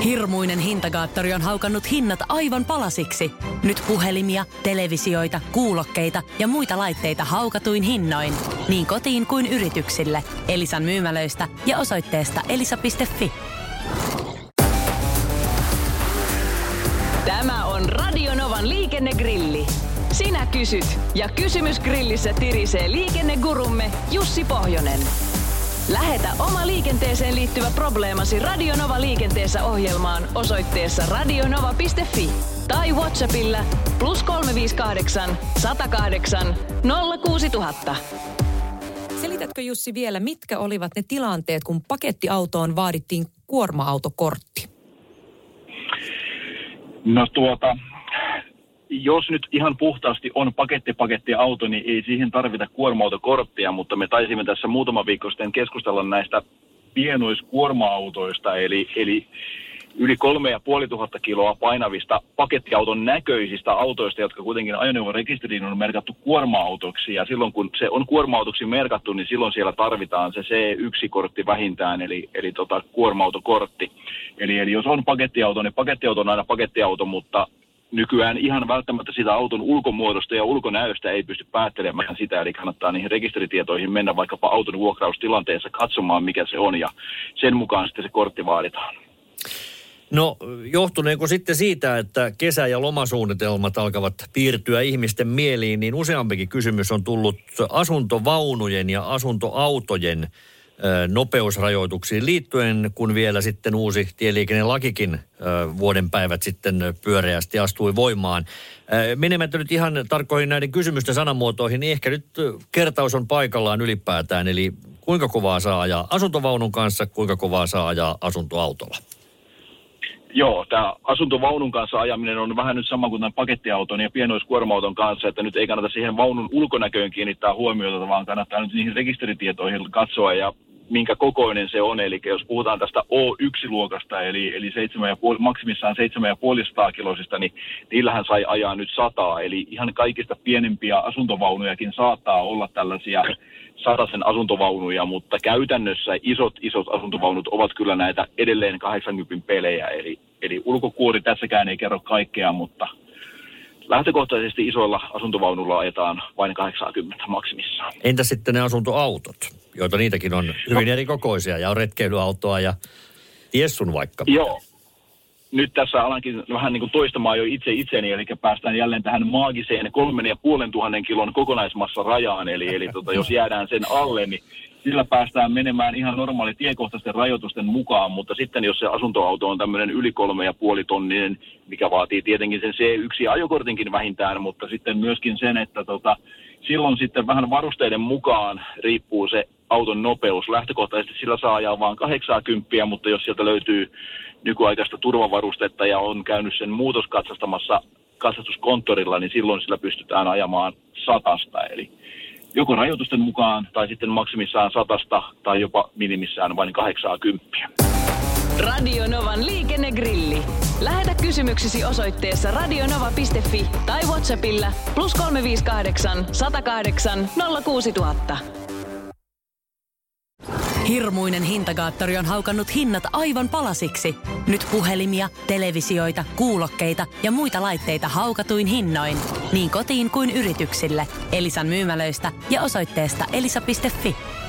Hirmuinen hintakaattori on haukannut hinnat aivan palasiksi. Nyt puhelimia, televisioita, kuulokkeita ja muita laitteita haukatuin hinnoin. Niin kotiin kuin yrityksille. Elisan myymälöistä ja osoitteesta elisa.fi. Tämä on Radio Novan liikennegrilli. Sinä kysyt ja kysymys grillissä tirisee liikennegurumme Jussi Pohjonen. Lähetä oma liikenteeseen liittyvä probleemasi Radio Nova liikenteessä ohjelmaan osoitteessa radionova.fi tai WhatsAppilla +358 108 06000. Selitätkö Jussi vielä, mitkä olivat ne tilanteet, kun pakettiautoon vaadittiin kuorma-autokortti? No jos nyt ihan puhtaasti on pakettiauto, niin ei siihen tarvita kuorma-autokorttia, mutta me taisimme tässä muutama viikko sitten keskustella näistä pienoiskuorma-autoista, eli yli 3500 kiloa painavista pakettiauton näköisistä autoista, jotka kuitenkin ajoneuvon rekisteriin on merkattu kuorma-autoksi. Ja silloin kun se on kuorma-autoksi merkattu, niin silloin siellä tarvitaan se C1-kortti vähintään, eli kuorma-autokortti. Eli jos on pakettiauto, niin pakettiauto on aina pakettiauto, mutta nykyään ihan välttämättä sitä auton ulkomuodosta ja ulkonäöstä ei pysty päättelemään sitä, eli kannattaa niihin rekisteritietoihin mennä vaikkapa auton vuokraustilanteessa katsomaan, mikä se on, ja sen mukaan sitten se kortti vaaditaan. No, johtuneeko sitten siitä, että kesä- ja lomasuunnitelmat alkavat piirtyä ihmisten mieliin, niin useampikin kysymys on tullut asuntovaunujen ja asuntoautojen nopeusrajoituksiin liittyen, kun vielä sitten uusi tieliikennelakikin vuoden päivät sitten pyöreästi astui voimaan. Menemättä nyt ihan tarkkoihin näiden kysymysten sanamuotoihin, niin ehkä nyt kertaus on paikallaan ylipäätään. Eli kuinka kovaa saa ajaa asuntovaunun kanssa, kuinka kovaa saa ajaa asuntoautolla? Joo, tämä asuntovaunun kanssa ajaminen on vähän nyt sama kuin tämän pakettiauton ja pienoiskuorma-auton kanssa, että nyt ei kannata siihen vaunun ulkonäköön kiinnittää huomiota, vaan kannattaa nyt niihin rekisteritietoihin katsoa ja minkä kokoinen se on. Eli jos puhutaan tästä O1-luokasta, eli maksimissaan 7,5 kilosista, niin niillähän sai ajaa nyt 100. Eli ihan kaikista pienempiä asuntovaunujakin saattaa olla tällaisia 100 asuntovaunuja, mutta käytännössä isot asuntovaunut ovat kyllä näitä edelleen 80 pelejä. Eli ulkokuori tässäkään ei kerro kaikkea, mutta lähtökohtaisesti isoilla asuntovaunulla ajetaan vain 80 maksimissaan. Entä sitten ne asuntoautot, joita niitäkin on hyvin eri kokoisia ja on retkeilyautoa ja ties sun vaikka? Joo. Nyt tässä alankin vähän niin kuin toistamaan jo itseäni, eli päästään jälleen tähän maagiseen 3,500 kilon kokonaismassarajaan. Eli jos jäädään sen alle, niin sillä päästään menemään ihan normaali tiekohtaisten rajoitusten mukaan, mutta sitten jos se asuntoauto on tämmöinen yli 3,5 tonninen, mikä vaatii tietenkin sen C1-ajokortinkin vähintään, mutta sitten myöskin sen, että silloin sitten vähän varusteiden mukaan riippuu se auton nopeus. Lähtökohtaisesti sillä saa ajaa vaan 80, mutta jos sieltä löytyy nykyaikaista turvavarustetta ja on käynyt sen muutoskatsastamassa katsastuskonttorilla, niin silloin sillä pystytään ajamaan 100. Eli joko rajoitusten mukaan tai sitten maksimissaan 100 tai jopa minimissään vain 80. Radio Novan liikennegrilli. Lähetä kysymyksesi osoitteessa radionova.fi tai WhatsAppilla +358 108 06000. Hirmuinen hintakaattori on haukannut hinnat aivan palasiksi. Nyt puhelimia, televisioita, kuulokkeita ja muita laitteita haukatuin hinnoin. Niin kotiin kuin yrityksille. Elisan myymälöistä ja osoitteesta elisa.fi.